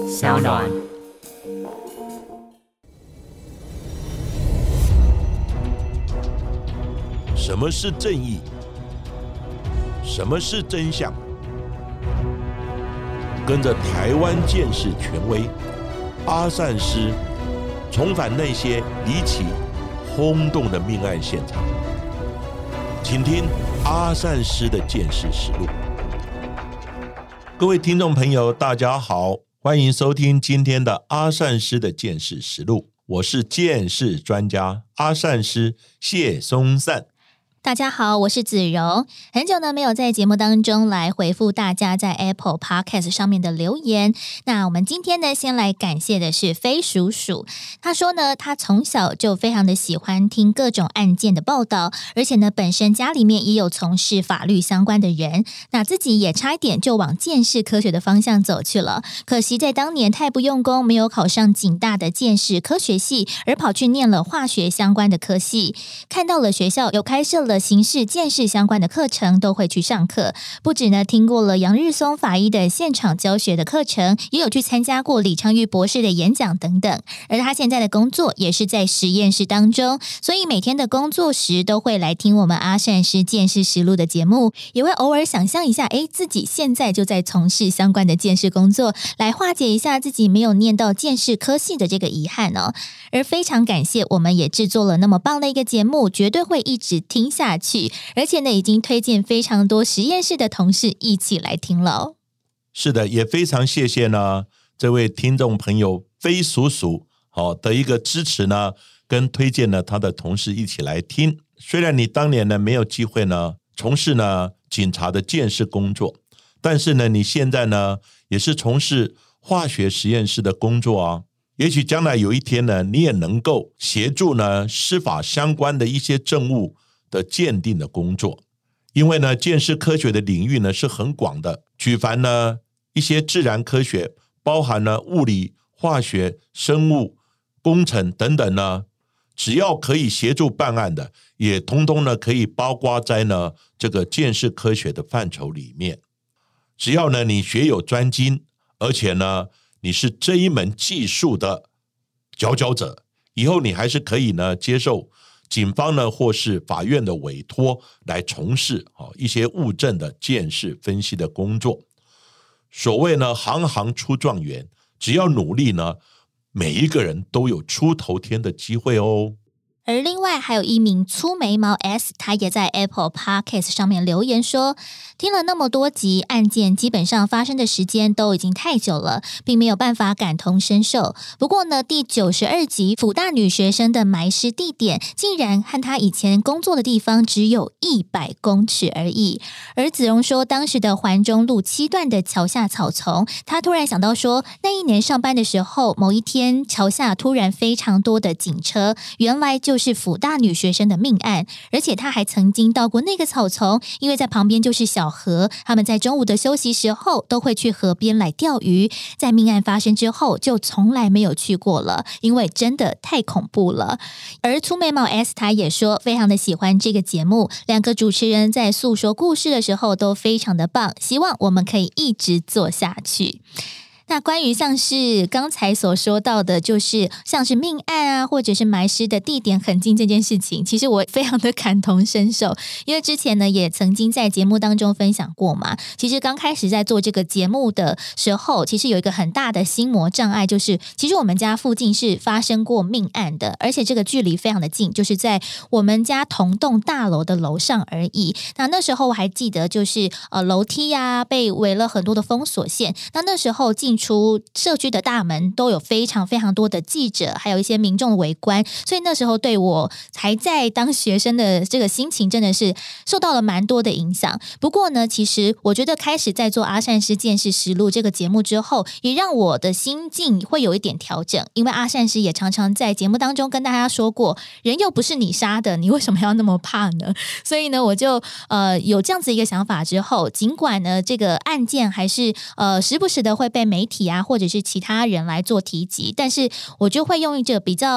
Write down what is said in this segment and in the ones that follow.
小暖。 什么是正义？什么是真相？跟着台湾鉴识权威阿善师，重返那些离奇轰动的命案现场，请听阿善师的鉴识实录。各位听众朋友大家好，欢迎收听今天的阿善师的鉴识实录，我是鉴识专家阿善师谢松善。 大家好，我是子柔。很久呢没有在节目当中来回复大家在 Apple Podcast 上面的留言。那我们今天呢，先来感谢的是飞鼠鼠。他说呢，他从小就非常的喜欢听各种案件的报道，而且呢，本身家里面也有从事法律相关的人，那自己也差一点就往鉴识科学的方向走去了。可惜在当年太不用功，没有考上警大的鉴识科学系，而跑去念了化学相关的科系。看到了学校有开设了刑事鉴识相关的课程，都会去上课。不止呢听过了杨日松法医的现场教学的课程，也有去参加过李昌钰博士的演讲等等。而他现在的工作也是在实验室当中，所以每天的工作时都会来听我们阿善师鉴识实录的节目，也会偶尔想象一下，自己现在就在从事相关的鉴识工作，来化解一下自己没有念到鉴识科系的这个遗憾哦。而非常感谢我们也制作了那么棒的一个节目，绝对会一直听下去，而且呢已经推荐非常多实验室的同事一起来听了哦。 是的，也非常谢谢呢这位听众朋友飞鼠鼠的一个支持呢，跟推荐呢他的同事一起来听。虽然你当年呢没有机会呢从事呢警察的鉴识工作，但是呢你现在呢也是从事化学实验室的工作啊。也许将来有一天呢，你也能够协助呢司法相关的一些证物的鉴定的工作。因为呢鉴识科学的领域呢是很广的，举凡呢一些自然科学，包含呢物理、化学、生物、工程等等呢，只要可以协助办案的，也通通呢可以包括在呢这个鉴识科学的范畴里面。只要呢你学有专精，而且呢你是这一门技术的佼佼者，以后你还是可以呢接受警方呢或是法院的委托来从事一些物证的鉴识分析的工作。所谓呢行行出状元，只要努力呢，每一个人都有出头天的机会哦。 而另外还有一名粗眉毛 S， 他也在 Apple Podcast 上面留言说，听了那么多集案件，基本上发生的时间都已经太久了，并没有办法感同身受。不过呢，第92集辅大女学生的埋尸地点，竟然和他以前工作的地方只有100公尺而已。而子荣说，当时的环中路7段的桥下草丛，他突然想到说，那一年上班的时候，某一天桥下突然非常多的警车，原来就是辅大女学生的命案。而且他还曾经到过那个草丛，因为在旁边就是小河，他们在中午的休息时候都会去河边来钓鱼。在命案发生之后就从来没有去过了，因为真的太恐怖了。而粗眉毛 S 他也说非常的喜欢这个节目，两个主持人在诉说故事的时候都非常的棒，希望我们可以一直做下去。那关于像是刚才所说到的，就是像是命案啊，或者是埋尸的地点很近这件事情，其实我非常的感同身受，因为之前呢也曾经在节目当中分享过嘛。其实刚开始在做这个节目的时候，其实有一个很大的心魔障碍，就是其实我们家附近是发生过命案的，而且这个距离非常的近，就是在我们家同栋大楼的楼上而已。那时候我还记得，就是楼梯啊被围了很多的封锁线，那时候进出社区的大门都有非常非常多的记者，还有一些民众围观，所以那时候对我还在当学生的这个心情真的是受到了蛮多的影响。不过呢，其实我觉得开始在做阿善师鉴识实录这个节目之后，也让我的心境会有一点调整，因为阿善师也常常在节目当中跟大家说过，人又不是你杀的，你为什么要那么怕呢？所以呢，我就有这样子一个想法之后，尽管呢这个案件还是时不时的会被媒体啊或者是其他人来做提及，但是我就会用一个比较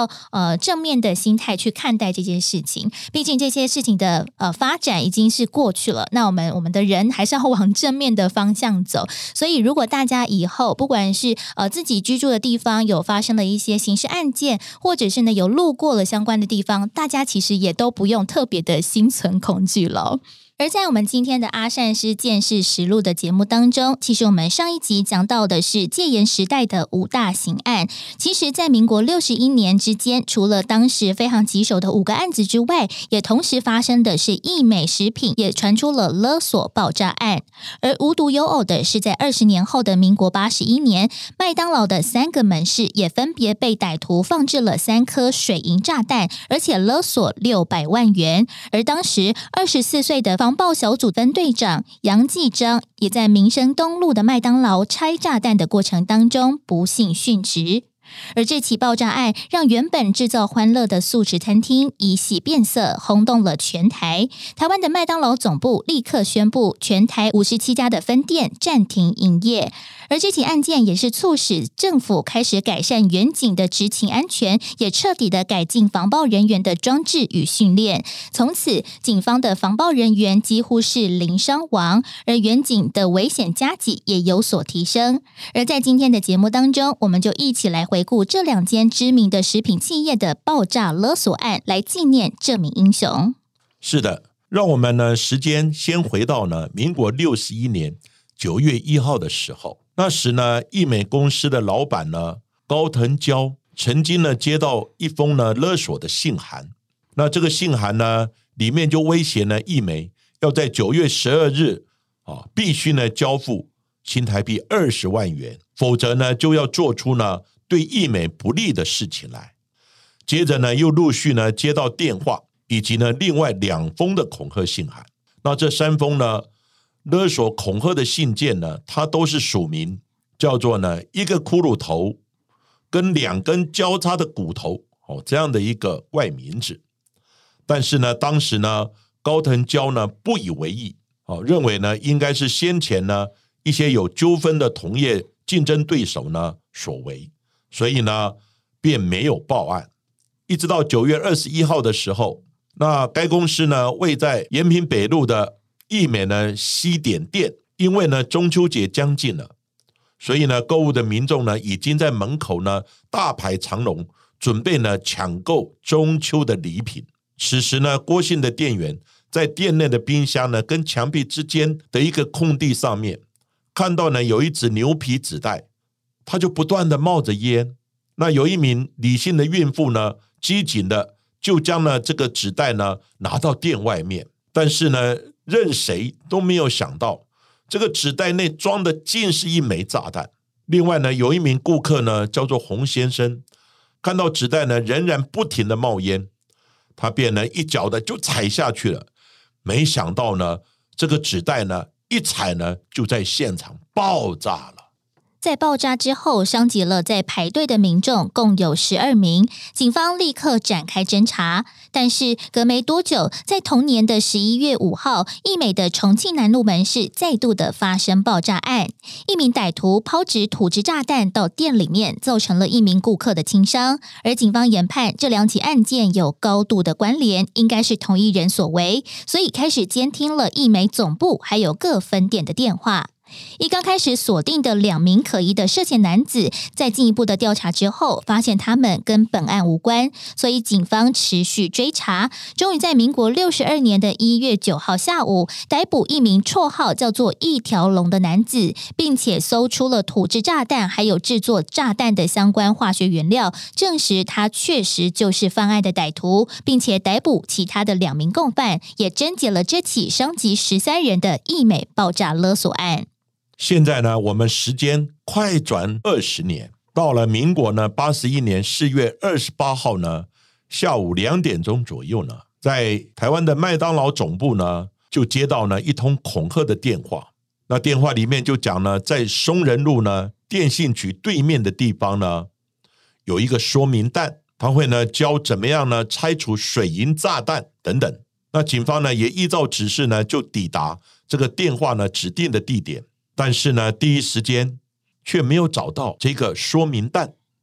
较正面的心态去看待这件事情。毕竟这些事情的发展已经是过去了，那我们的人还是要往正面的方向走。所以如果大家以后不管是自己居住的地方有发生了一些刑事案件，或者是呢有路过了相关的地方，大家其实也都不用特别的心存恐惧了。而在我们今天的阿善师见识实录的节目当中，其实我们上一集讲到的是戒严时代的5大刑案。其实在民国61年之间，除了当时非常棘手的5个案子之外，也同时发生的是义美食品也传出了勒索爆炸案。而无独有偶的是，在20年后的民国81年，麦当劳的3个门市也分别被歹徒放置了3颗水银炸弹，而且勒索600万元。而当时24岁的防暴小组分队长杨继章也在民生东路的麦当劳拆炸弹的过程当中不幸殉职。而这起爆炸案让原本制造欢乐的素食餐厅一夕变色，轰动了全台。台湾的麦当劳总部立刻宣布全台57家的分店暂停营业。而这起案件也是促使政府开始改善远警的执勤安全，也彻底的改进防暴人员的装置与训练。从此警方的防暴人员几乎是零伤亡，而远警的危险加给也有所提升。而在今天的节目当中，我们就一起来回顾这2间知名的食品企业的爆炸勒索案，来纪念这名英雄。 是的，让我们呢时间先回到呢民国61年9月1号的时候。那时呢，义美公司的老板呢高腾蛟曾经呢接到一封呢勒索的信函。那这个信函呢里面就威胁呢义美要在9月12日必须呢交付新台币20万元，否则呢就要做出呢对义美不利的事情来。接着呢又陆续呢接到电话以及呢另外2封的恐吓信函。那这3封呢勒索恐吓的信件呢，它都是署名，叫做呢一个骷髅头跟2根交叉的骨头这样的一个怪名字。但是呢当时呢高腾蛟呢不以为意，认为呢应该是先前呢一些有纠纷的同业竞争对手呢所为，所以呢便没有报案。一直到9月21号的时候，那该公司呢位在延平北路的义美呢西点店，因为呢中秋节将近了，所以呢购物的民众呢已经在门口呢大排长龙，准备呢抢购中秋的礼品。此时呢郭姓的店员在店内的冰箱呢跟墙壁之间的一个空地上面看到呢有一只牛皮纸袋，他就不断的冒着烟。那有一名李姓的孕妇呢机警的就将呢这个纸袋呢拿到店外面，但是呢任谁都没有想到这个纸袋内装的竟是一枚炸弹。另外呢有一名顾客呢叫做洪先生，看到纸袋呢仍然不停的冒烟，他便呢一脚的就踩下去了。没想到呢这个纸袋呢一踩呢就在现场爆炸了。 在爆炸之后，伤及了在排队的民众共有12名，警方立刻展开侦查。但是隔没多久，在同年的11月5号，义美的重庆南路门市再度的发生爆炸案，一名歹徒抛掷土制炸弹到店里面，造成了一名顾客的轻伤。而警方研判这2起案件有高度的关联，应该是同一人所为，所以开始监听了义美总部还有各分店的电话。一刚开始锁定的2名可疑的涉嫌男子，在进一步的调查之后，发现他们跟本案无关，所以警方持续追查，终于在民国62年的1月9号下午，逮捕一名绰号叫做一条龙的男子，并且搜出了土制炸弹还有制作炸弹的相关化学原料，证实他确实就是犯案的歹徒，并且逮捕其他的2名共犯，也侦结了这起伤及13人的义美爆炸勒索案。 现在呢我们时间快转20年，到了民国呢81年4月28号呢下午2点钟左右呢，在台湾的麦当劳总部呢就接到呢一通恐吓的电话。那电话里面就讲呢，在松仁路呢电信局对面的地方呢有一个说明弹，他会呢教怎么样呢拆除水银炸弹等等。那警方呢也依照指示呢就抵达这个电话呢指定的地点，但是呢第一时间却没有找到这个说明弹。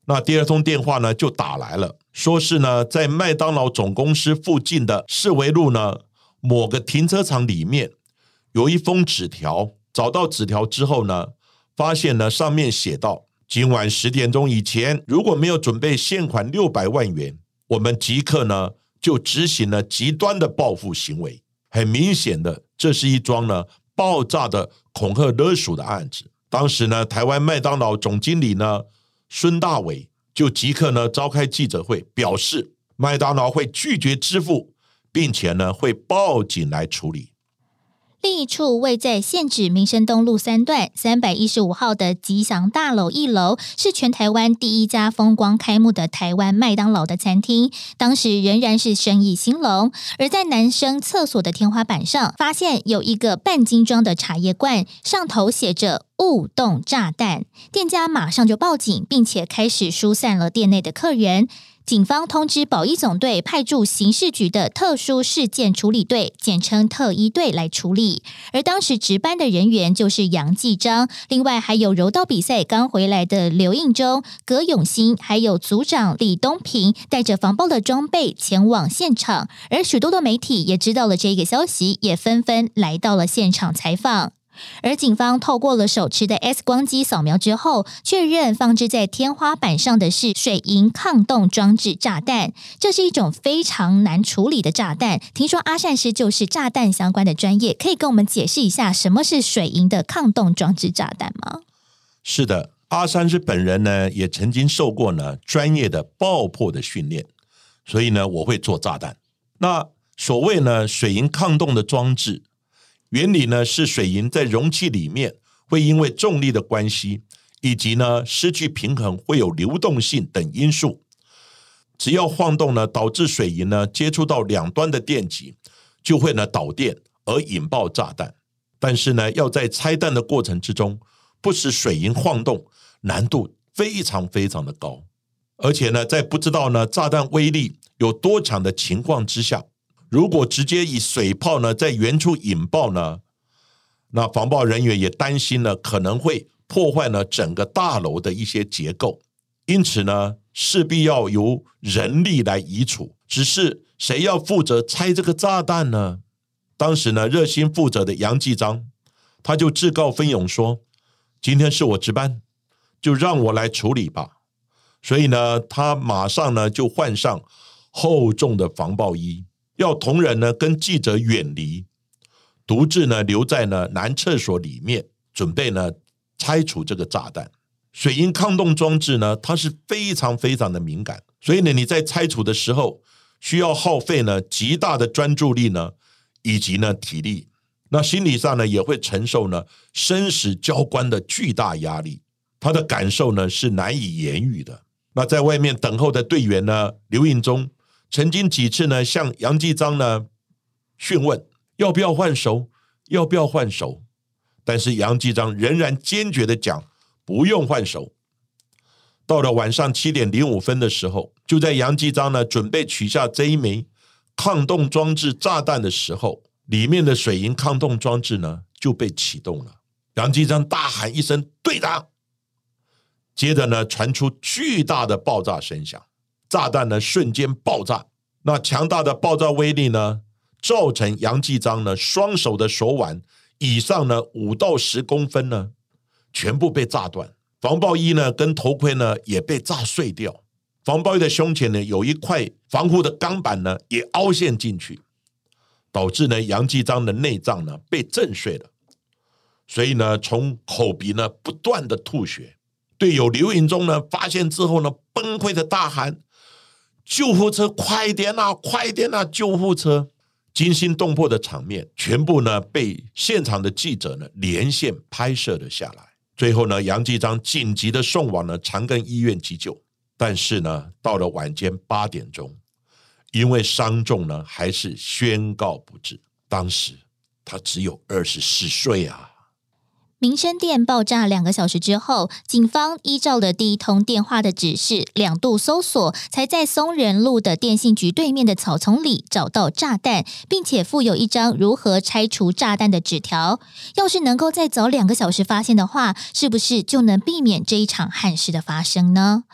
那第二通电话呢就打来了，说是呢在麦当劳总公司附近的士维路呢某个停车场里面有一封纸条，找到纸条之后呢，发现呢上面写道，今晚10点钟以前如果没有准备现款600万元，我们即刻呢就执行了极端的报复行为。很明显的，这是一桩呢爆炸的恐吓勒索的案子。当时呢台湾麦当劳总经理呢孙大伟就即刻呢召开记者会，表示麦当劳会拒绝支付，并且呢会报警来处理。 另一处位在现址民生东路3段315号的吉祥大楼1楼，是全台湾第一家风光开幕的台湾麦当劳的餐厅，当时仍然是生意兴隆。而在男生厕所的天花板上，发现有一个半斤装的茶叶罐，上头写着误动炸弹，店家马上就报警，并且开始疏散了店内的客人。警方通知保一总队派驻刑事局的特殊事件处理队，简称特一队来处理。而当时值班的人员就是杨继章，另外还有柔道比赛刚回来的刘应忠、葛永新，还有组长李东平，带着防爆的装备前往现场。而许多的媒体也知道了这个消息，也纷纷来到了现场采访。而警方透过了手持的 X 光机扫描之后，确认放置在天花板上的是水银抗冻装置炸弹。这是一种非常难处理的炸弹，听说阿善师就是炸弹相关的专业，可以跟我们解释一下什么是水银的抗冻装置炸弹吗？ 是的，阿善师本人呢也曾经受过呢专业的爆破的训练，所以呢我会做炸弹。那所谓呢水银抗冻的装置，原理呢是水银在容器里面会因为重力的关系，以及呢失去平衡会有流动性等因素，只要晃动呢导致水银呢接触到两端的电极，就会呢导电而引爆炸弹。但是呢要在拆弹的过程之中不使水银晃动，难度非常非常的高。而且呢在不知道呢炸弹威力有多强的情况之下，如果直接以水炮呢在原处引爆呢，那防爆人员也担心呢可能会破坏呢整个大楼的一些结构，因此呢势必要由人力来移除。只是谁要负责拆这个炸弹呢？当时呢热心负责的杨继章，他就自告奋勇说，今天是我值班，就让我来处理吧。所以呢他马上呢就换上厚重的防爆衣，要同仁呢跟记者远离，独自呢留在呢男厕所里面，准备呢拆除这个炸弹。水银抗冻装置呢它是非常非常的敏感，所以呢你在拆除的时候需要耗费呢极大的专注力呢以及呢体力，那心理上呢也会承受呢生死交关的巨大压力，他的感受呢是难以言喻的。那在外面等候的队员呢刘应忠曾经几次呢向杨继章呢询问要不要换手，要不要换手，但是杨继章仍然坚决的讲不用换手。到了晚上7点05分的时候，就在杨继章呢准备取下这一枚抗冻装置炸弹的时候，里面的水银抗冻装置呢就被启动了。杨继章大喊一声队长，接着呢传出巨大的爆炸声响，炸弹呢瞬间爆炸。那强大的爆炸威力呢造成杨继章呢双手的手腕以上呢5到10公分呢全部被炸断，防爆衣呢跟头盔呢也被炸碎掉，防爆衣的胸前呢有一块防护的钢板呢也凹陷进去，导致呢杨继章的内脏呢被震碎了，所以呢从口鼻呢不断的吐血。队友刘应忠呢发现之后呢崩溃的大喊救护车快点啊快点啊救护车。惊心动魄的场面全部呢被现场的记者呢连线拍摄了下来。最后呢杨继章紧急的送往了长庚医院急救，但是呢到了晚间8点钟，因为伤重呢还是宣告不治。当时他只有24岁啊。 民生店爆炸2个小时之后，警方依照了第一通电话的指示，2度搜索，才在松仁路的电信局对面的草丛里找到炸弹，并且附有一张如何拆除炸弹的纸条。要是能够再早2个小时发现的话，是不是就能避免这一场憾事的发生呢？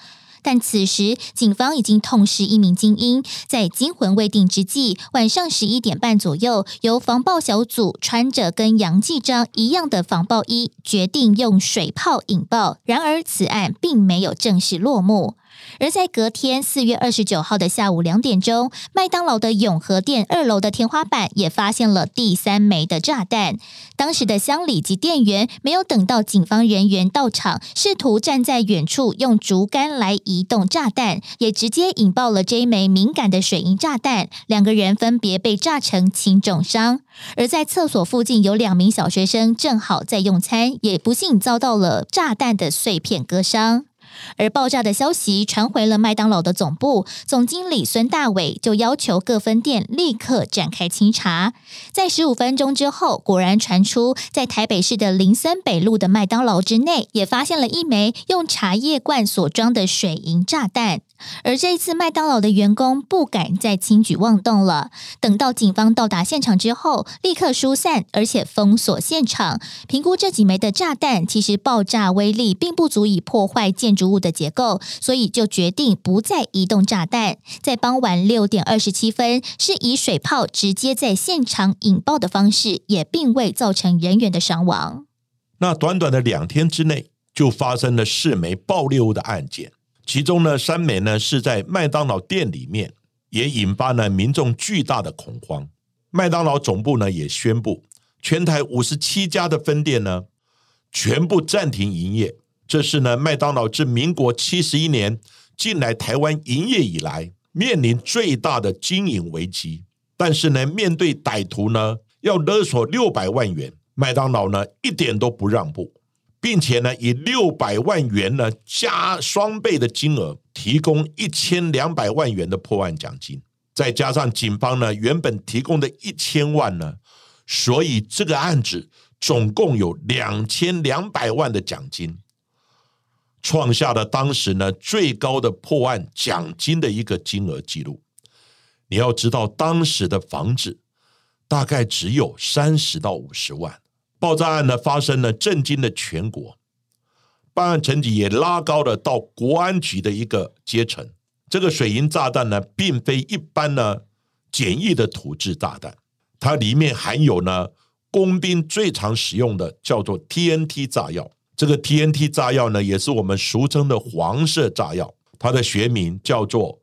但此时警方已经痛失一名精英，在惊魂未定之际，晚上11点半左右，由防暴小组穿着跟杨继章一样的防暴衣，决定用水炮引爆。然而此案并没有正式落幕。而在隔天4月29号的下午2点钟，麦当劳的永和店2楼的天花板也发现了第3枚的炸弹。当时的乡里及店员没有等到警方人员到场，试图站在远处用竹竿来移动炸弹，也直接引爆了这一枚敏感的水银炸弹，2个人分别被炸成轻重伤。而在厕所附近有2名小学生正好在用餐，也不幸遭到了炸弹的碎片割伤。而爆炸的消息传回了麦当劳的总部，总经理孙大伟就要求各分店立刻展开清查。在15分钟之后，果然传出在台北市的林森北路的麦当劳之内，也发现了一枚用茶叶罐所装的水银炸弹。而这一次麦当劳的员工不敢再轻举妄动了，等到警方到达现场之后，立刻疏散，而且封锁现场。评估这几枚的炸弹其实爆炸威力并不足以破坏建筑物的结构，所以就决定不再移动炸弹。在傍晚6点27分，是以水炮直接在现场引爆的方式，也并未造成人员的伤亡。 那短短的2天之内，就发生了4枚爆裂物的案件。其中呢，3枚呢是在麦当劳店里面，也引发了民众巨大的恐慌。麦当劳总部呢也宣布，全台57家的分店呢全部暂停营业。这是呢麦当劳自民国71年进来台湾营业以来，面临最大的经营危机。但是呢，面对歹徒呢要勒索600万元，麦当劳呢一点都不让步。并且呢，以600万元呢加双倍的金额，提供1200万元的破案奖金，再加上警方呢原本提供的1000万呢，所以这个案子总共有2200万的奖金，创下了当时呢最高的破案奖金的一个金额记录。你要知道，当时的房子大概只有30到50万。爆炸案呢发生了，震惊了全国，办案层级也拉高了到国安局的一个阶层。这个水银炸弹呢，并非一般呢简易的土制炸弹，它里面含有呢工兵最常使用的叫做 TNT 炸药。这个 TNT 炸药呢，也是我们俗称的黄色炸药，它的学名叫做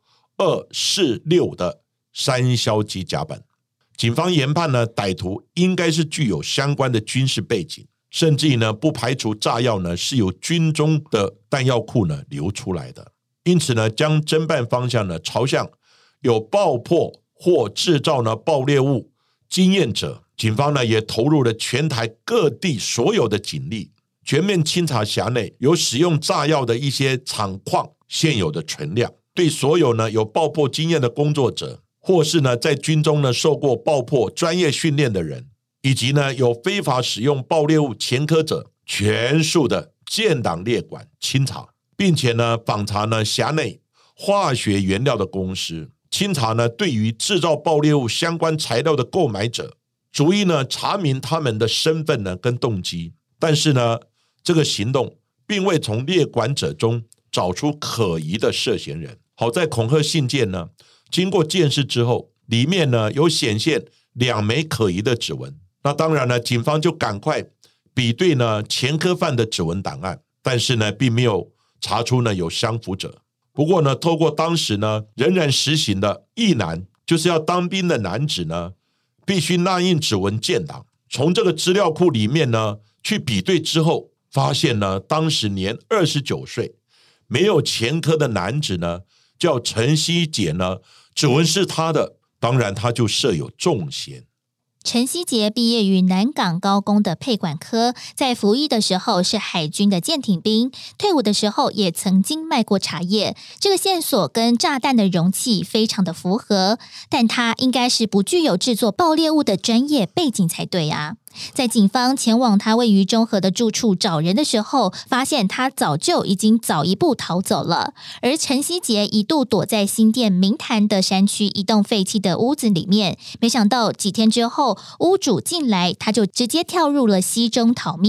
246的3硝基甲苯。警方研判呢，歹徒应该是具有相关的军事背景，甚至呢不排除炸药呢是由军中的弹药库呢流出来的。因此呢，将侦办方向呢朝向有爆破或制造呢爆裂物经验者。警方呢也投入了全台各地所有的警力，全面清查辖内有使用炸药的一些厂矿现有的存量，对所有呢有爆破经验的工作者，或是呢在军中呢受过爆破专业训练的人，以及呢有非法使用爆裂物前科者，全数的建档列管清查，并且呢访查呢辖内化学原料的公司，清查呢对于制造爆裂物相关材料的购买者，逐一呢查明他们的身份呢跟动机。但是呢这个行动并未从列管者中找出可疑的涉嫌人。好在恐吓信件呢经过鉴识之后，里面呢有显现2枚可疑的指纹。那当然呢，警方就赶快比对呢前科犯的指纹档案，但是呢并没有查出呢有相符者。不过呢，透过当时呢仍然实行的役男，就是要当兵的男子呢必须捺印指纹建档，从这个资料库里面呢去比对之后，发现呢当时年29岁没有前科的男子呢叫陈希杰呢，指纹是他的，当然他就设有重嫌。 陈希杰毕业于南港高工的配管科，在服役的时候是海军的舰艇兵，退伍的时候也曾经卖过茶叶。这个线索跟炸弹的容器非常的符合，但他应该是不具有制作爆裂物的专业背景才对啊。在警方前往他位于中和的住处找人的时候，发现他早一步逃走了。而陈希杰一度躲在新店明潭的山区一栋废弃的屋子里面，没想到几天之后屋主进来，他就直接跳入了溪中逃命。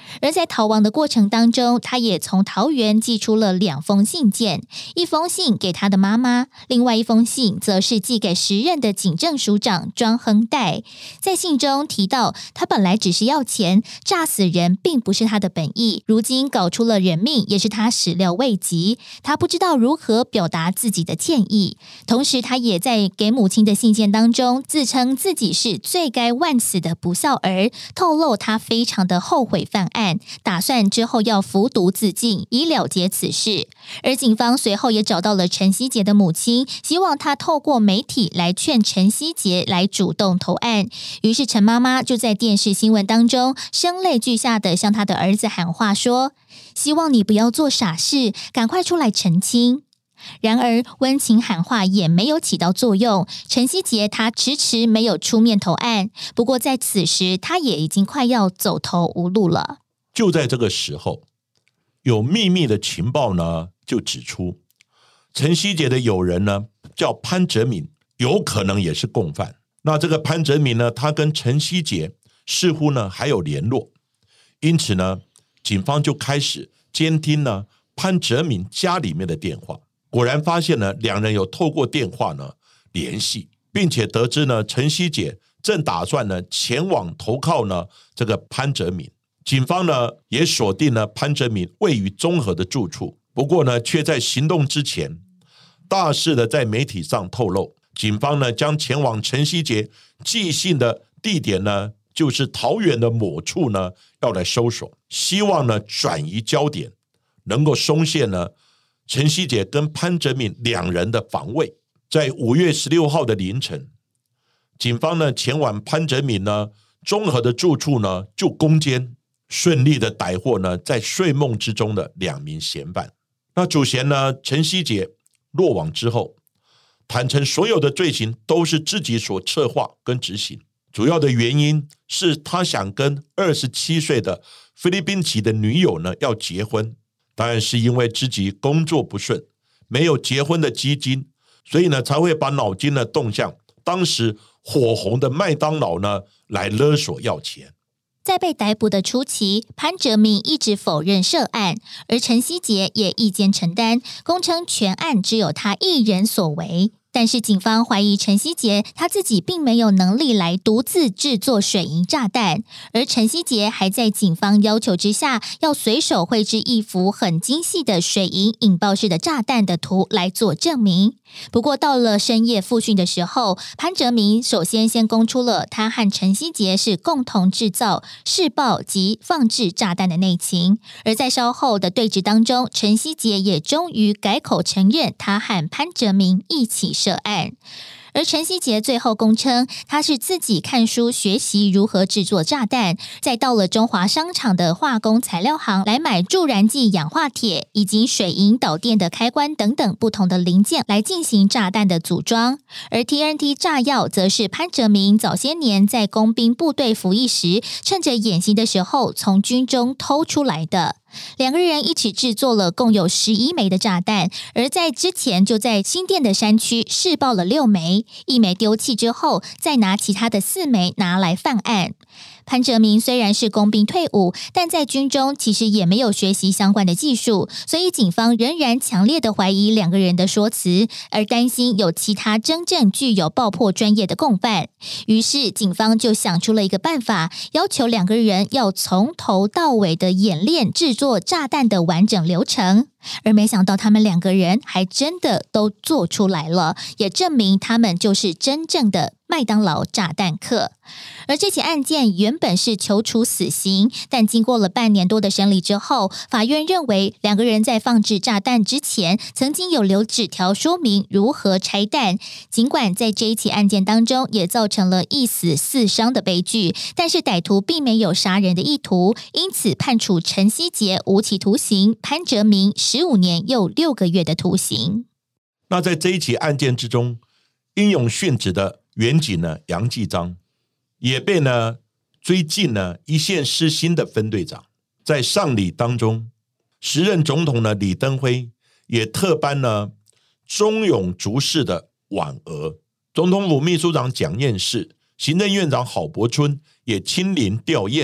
而在逃亡的过程当中，他也从桃园寄出了2封信件，一封信给他的妈妈，另外一封信则是寄给时任的警政署长庄亨岱。在信中提到，他本来只是要钱，炸死人并不是他的本意，如今搞出了人命，也是他始料未及，他不知道如何表达自己的歉意。同时他也在给母亲的信件当中自称自己是罪该万死的不孝儿，透露他非常的后悔犯案，打算之后要服毒自尽，以了结此事。而警方随后也找到了陈希杰的母亲，希望他透过媒体来劝陈希杰来主动投案。于是陈妈妈就在电视新闻当中声泪俱下的向他的儿子喊话说，希望你不要做傻事，赶快出来澄清。然而温情喊话也没有起到作用，陈希杰他迟迟没有出面投案，不过在此时他也已经快要走投无路了。 就在这个时候，有秘密的情报呢就指出，陈希杰的友人呢叫潘哲敏，有可能也是共犯。那这个潘哲敏呢，他跟陈希杰似乎呢还有联络，因此呢警方就开始监听呢潘哲敏家里面的电话，果然发现呢两人有透过电话呢联系，并且得知呢陈希杰正打算呢前往投靠呢这个潘哲敏。警方呢也锁定了潘哲敏位于中和的住处，不过呢却在行动之前大肆的在媒体上透露，警方呢将前往陈希杰寄信的地点呢就是桃园的某处呢要来搜索，希望呢转移焦点，能够松懈呢陈希杰跟潘哲敏两人的防卫。在5月16号的凌晨，警方呢前往潘哲敏呢中和的住处呢就攻坚，顺利的逮获呢在睡梦之中的2名嫌犯。那主嫌呢陈希杰落网之后，坦承所有的罪行都是自己所策划跟执行，主要的原因是他想跟27岁的菲律宾籍的女友呢要结婚，当然是因为自己工作不顺，没有结婚的基金，所以呢才会把脑筋呢动向当时火红的麦当劳呢来勒索要钱。 在被逮捕的初期，潘哲敏一直否认涉案，而陈希杰也一肩承担，供称全案只有他一人所为。但是警方怀疑陈希杰他自己并没有能力来独自制作水银炸弹，而陈希杰还在警方要求之下，要随手绘制一幅很精细的水银引爆式的炸弹的图来做证明。不过到了深夜复讯的时候，潘哲明首先供出了他和陈希杰是共同制造、试爆及放置炸弹的内情，而在稍后的对质当中，陈希杰也终于改口承认他和潘哲明一起涉案。而陈希杰最后供称，他是自己看书学习如何制作炸弹，再到了中华商场的化工材料行来买助燃剂氧化铁以及水银导电的开关等等不同的零件来进行炸弹的组装。而 TNT 炸药则是潘哲明早些年在工兵部队服役时，趁着演习的时候从军中偷出来的。2个人一起制作了共有11枚的炸弹，而在之前就在新店的山区试爆了6枚，1枚丢弃之后，再拿其他的4枚拿来犯案。潘哲明虽然是工兵退伍，但在军中其实也没有学习相关的技术，所以警方仍然强烈的怀疑2个人的说辞，而担心有其他真正具有爆破专业的共犯。于是警方就想出了一个办法，要求2个人要从头到尾的演练制作炸弹的完整流程。而没想到他们2个人还真的都做出来了，也证明他们就是真正的麦当劳炸弹客。而这起案件原本是求处死刑，但经过了半年多的审理之后，法院认为2个人在放置炸弹之前曾经有留纸条说明如何拆弹。尽管在这一起案件当中也造成了1死4伤的悲剧，但是歹徒并没有杀人的意图，因此判处陈希杰无期徒刑，潘哲明15年又6个月的徒刑。 那在这一起案件之中，英勇殉职的员警呢杨继章也被呢追进呢一线失心的分队长。在上礼当中，时任总统呢李登辉也特颁呢忠勇卒士的婉额，总统府秘书长蒋彦士、行政院长郝柏村也亲临吊唁。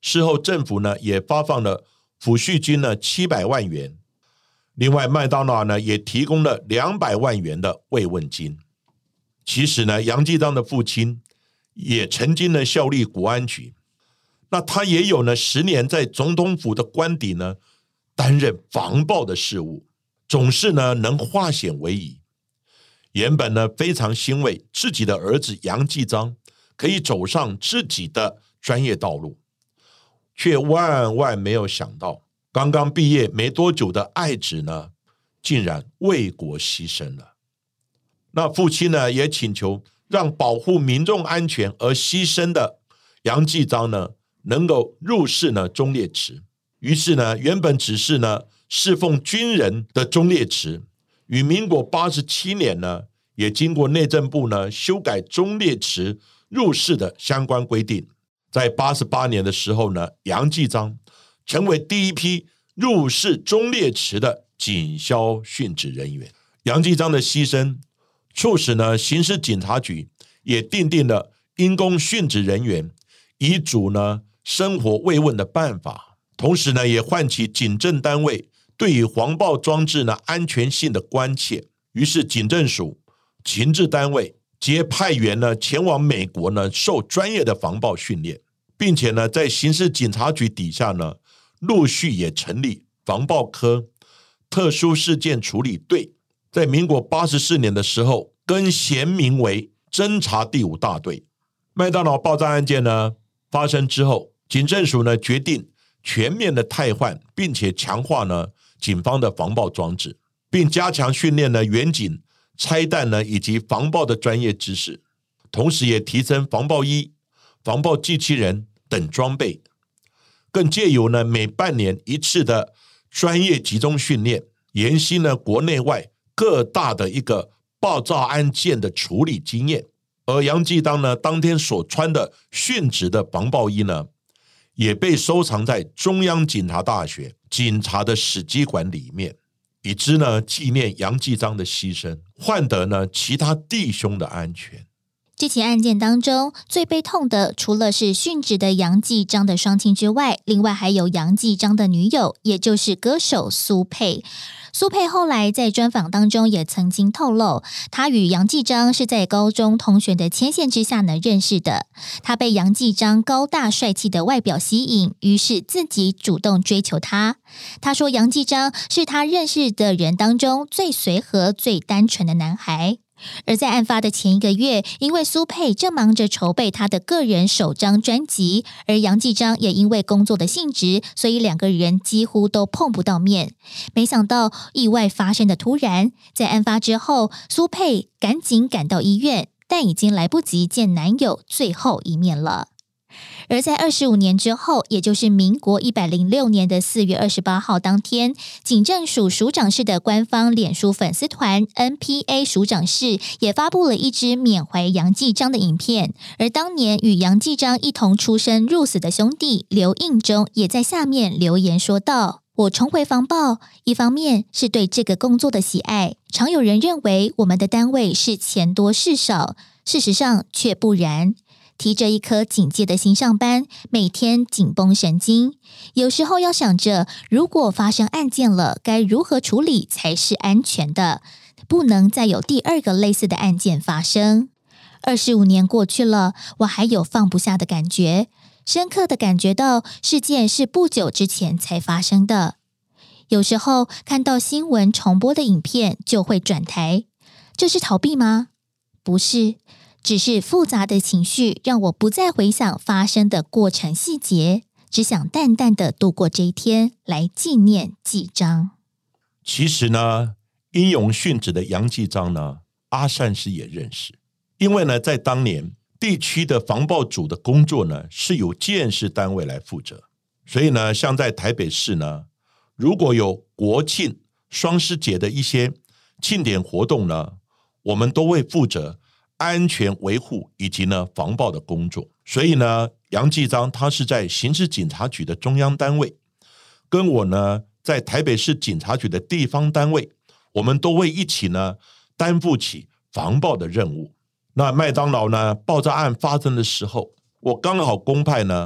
事后政府呢也发放了抚恤金呢700万元，另外麦当劳呢也提供了200万元的慰问金。其实呢，杨继章的父亲也曾经呢效力国安局，那他也有呢10年在总统府的官邸呢担任防暴的事务，总是呢能化险为夷。原本呢非常欣慰自己的儿子杨继章可以走上自己的专业道路，却万万没有想到，刚刚毕业没多久的爱子呢竟然为国牺牲了。那父亲呢也请求让保护民众安全而牺牲的杨继章呢能够入仕呢忠烈祠。于是呢原本只是呢侍奉军人的忠烈祠，于民国87年呢也经过内政部呢修改忠烈祠入仕的相关规定，在88年的时候呢，杨继章成为第一批入仕忠烈祠的警消殉职人员。杨继章的牺牲促使呢刑事警察局也订定了因公殉职人员遗嘱呢生活慰问的办法，同时呢也唤起警政单位对于防暴装置呢安全性的关切。于是警政署情治单位皆派员呢前往美国呢受专业的防暴训练，并且呢在刑事警察局底下呢陆续也成立防暴科、特殊事件处理队，在民国84年的时候更衔名为侦查第5大队。麦当劳爆炸案件呢发生之后，警政署呢决定全面的汰换，并且强化呢警方的防暴装置，并加强训练呢员警拆弹呢以及防暴的专业知识，同时也提升防暴衣、防暴机器人等装备，更借由呢每半年一次的专业集中训练，研习呢国内外各大的一个爆炸案件的处理经验。而杨继章呢当天所穿的殉职的防暴衣呢也被收藏在中央警察大学警察的史迹馆里面，以之呢纪念杨继章的牺牲，换得呢其他弟兄的安全。 这起案件当中最悲痛的除了是殉职的杨继章的双亲之外，另外还有杨继章的女友，也就是歌手苏佩。苏佩后来在专访当中也曾经透露，他与杨继章是在高中同学的牵线之下呢认识的。他被杨继章高大帅气的外表吸引，于是自己主动追求他。他说杨继章是他认识的人当中最随和、最单纯的男孩。而在案发的前1个月，因为苏佩正忙着筹备他的个人首张专辑，而杨继章也因为工作的性质，所以2个人几乎都碰不到面。没想到意外发生的突然，在案发之后，苏佩赶紧赶到医院，但已经来不及见男友最后一面了。而在25年之后，也就是民国106年的4月28号当天，警政署署长室的官方脸书粉丝团 NPA 署长室也发布了一支缅怀杨继章的影片，而当年与杨继章一同出生入死的兄弟刘应忠也在下面留言说道：我重回防暴，一方面是对这个工作的喜爱，常有人认为我们的单位是钱多事少，事实上却不然。提着一颗警戒的心上班，每天紧绷神经，有时候要想着如果发生案件了，该如何处理才是安全的，不能再有第2个类似的案件发生。25年过去了，我还有放不下的感觉，深刻的感觉到事件是不久之前才发生的。有时候看到新闻重播的影片就会转台，这是逃避吗？不是，只是复杂的情绪让我不再回想发生的过程细节，只想淡淡的度过这一天，来纪念继章。 其实呢，英勇殉职的杨继章呢，阿善师也认识，因为呢，在当年地区的防暴组的工作呢，是由建设单位来负责，所以呢，像在台北市呢，如果有国庆、双十节的一些庆典活动呢，我们都会负责安全维护以及呢防暴的工作。所以呢，杨继章他是在刑事警察局的中央单位，跟我呢在台北市警察局的地方单位，我们都会一起呢担负起防暴的任务。那麦当劳呢爆炸案发生的时候，我刚好公派呢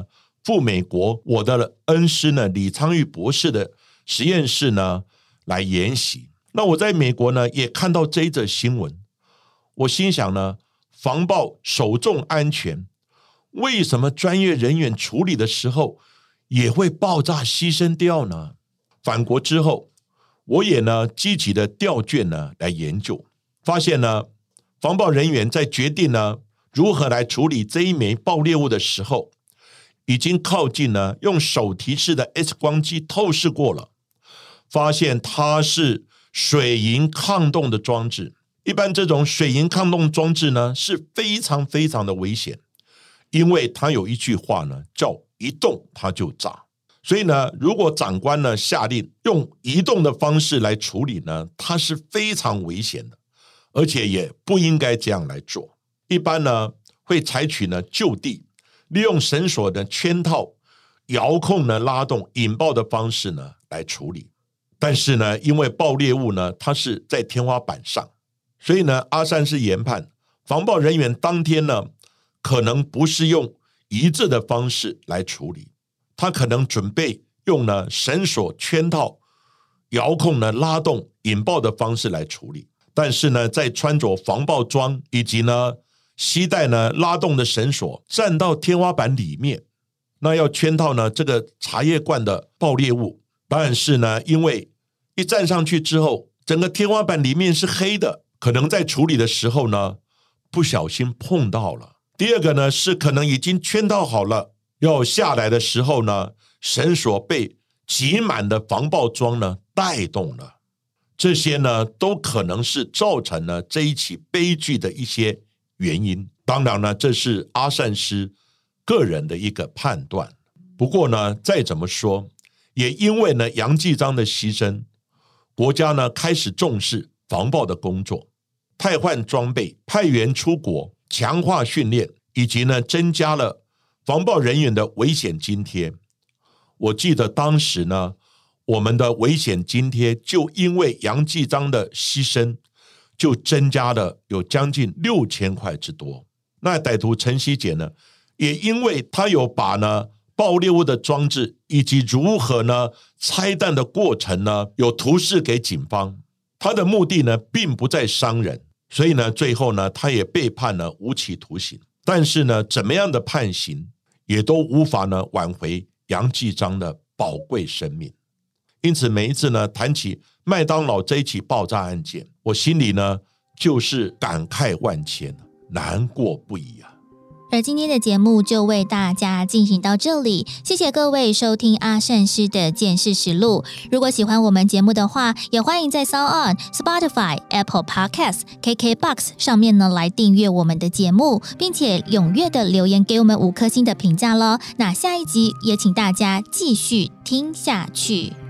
赴美国我的恩师呢李昌钰博士的实验室呢来研习。那我在美国呢也看到这一则新闻，我心想呢，防爆首重安全，为什么专业人员处理的时候也会爆炸牺牲掉呢？返国之后，我也呢积极的调卷呢来研究，发现呢防爆人员在决定呢如何来处理这一枚爆裂物的时候，已经靠近呢用手提式的 X 光机透视过了，发现它是水银抗冻的装置。一般这种水银抗冻装置呢是非常非常的危险，因为它有一句话呢叫一动它就炸。所以呢，如果长官呢下令用移动的方式来处理呢，它是非常危险的，而且也不应该这样来做。一般呢会采取呢就地利用绳索的圈套、遥控呢拉动引爆的方式呢来处理。但是呢，因为爆裂物呢它是在天花板上，所以呢阿善师研判防爆人员当天呢可能不是用移置的方式来处理，他可能准备用呢绳索圈套、遥控呢拉动引爆的方式来处理。但是呢在穿着防爆装以及呢携带呢拉动的绳索站到天花板里面，那要圈套呢这个茶叶罐的爆裂物。但是呢因为一站上去之后整个天花板里面是黑的，可能在处理的时候呢不小心碰到了。第二个呢是可能已经圈套好了，要下来的时候呢绳索被挤满的防爆装呢带动了。这些呢都可能是造成了这一起悲剧的一些原因。当然呢这是阿善师个人的一个判断。不过呢再怎么说，也因为呢杨继章的牺牲，国家呢开始重视防爆的工作，汰换装备，派员出国，强化训练，以及呢增加了防爆人员的危险津贴。我记得当时呢我们的危险津贴就因为杨继章的牺牲就增加了有将近6000块之多。那歹徒陈希杰呢也因为他有把呢爆裂物的装置以及如何呢拆弹的过程呢有图示给警方，他的目的呢并不在伤人，所以呢最后呢他也被判了无期徒刑。但是呢怎么样的判刑也都无法呢挽回杨继章的宝贵生命。因此每一次呢谈起麦当劳这一起爆炸案件，我心里呢就是感慨万千，难过不已啊。 而今天的节目就为大家进行到这里，谢谢各位收听阿善师的见识实录。如果喜欢我们节目的话，也欢迎在 SoundOn、Spotify、Apple Podcasts、KKBox 上面呢来订阅我们的节目，并且踊跃的留言给我们5颗星的评价咯。那下一集也请大家继续听下去。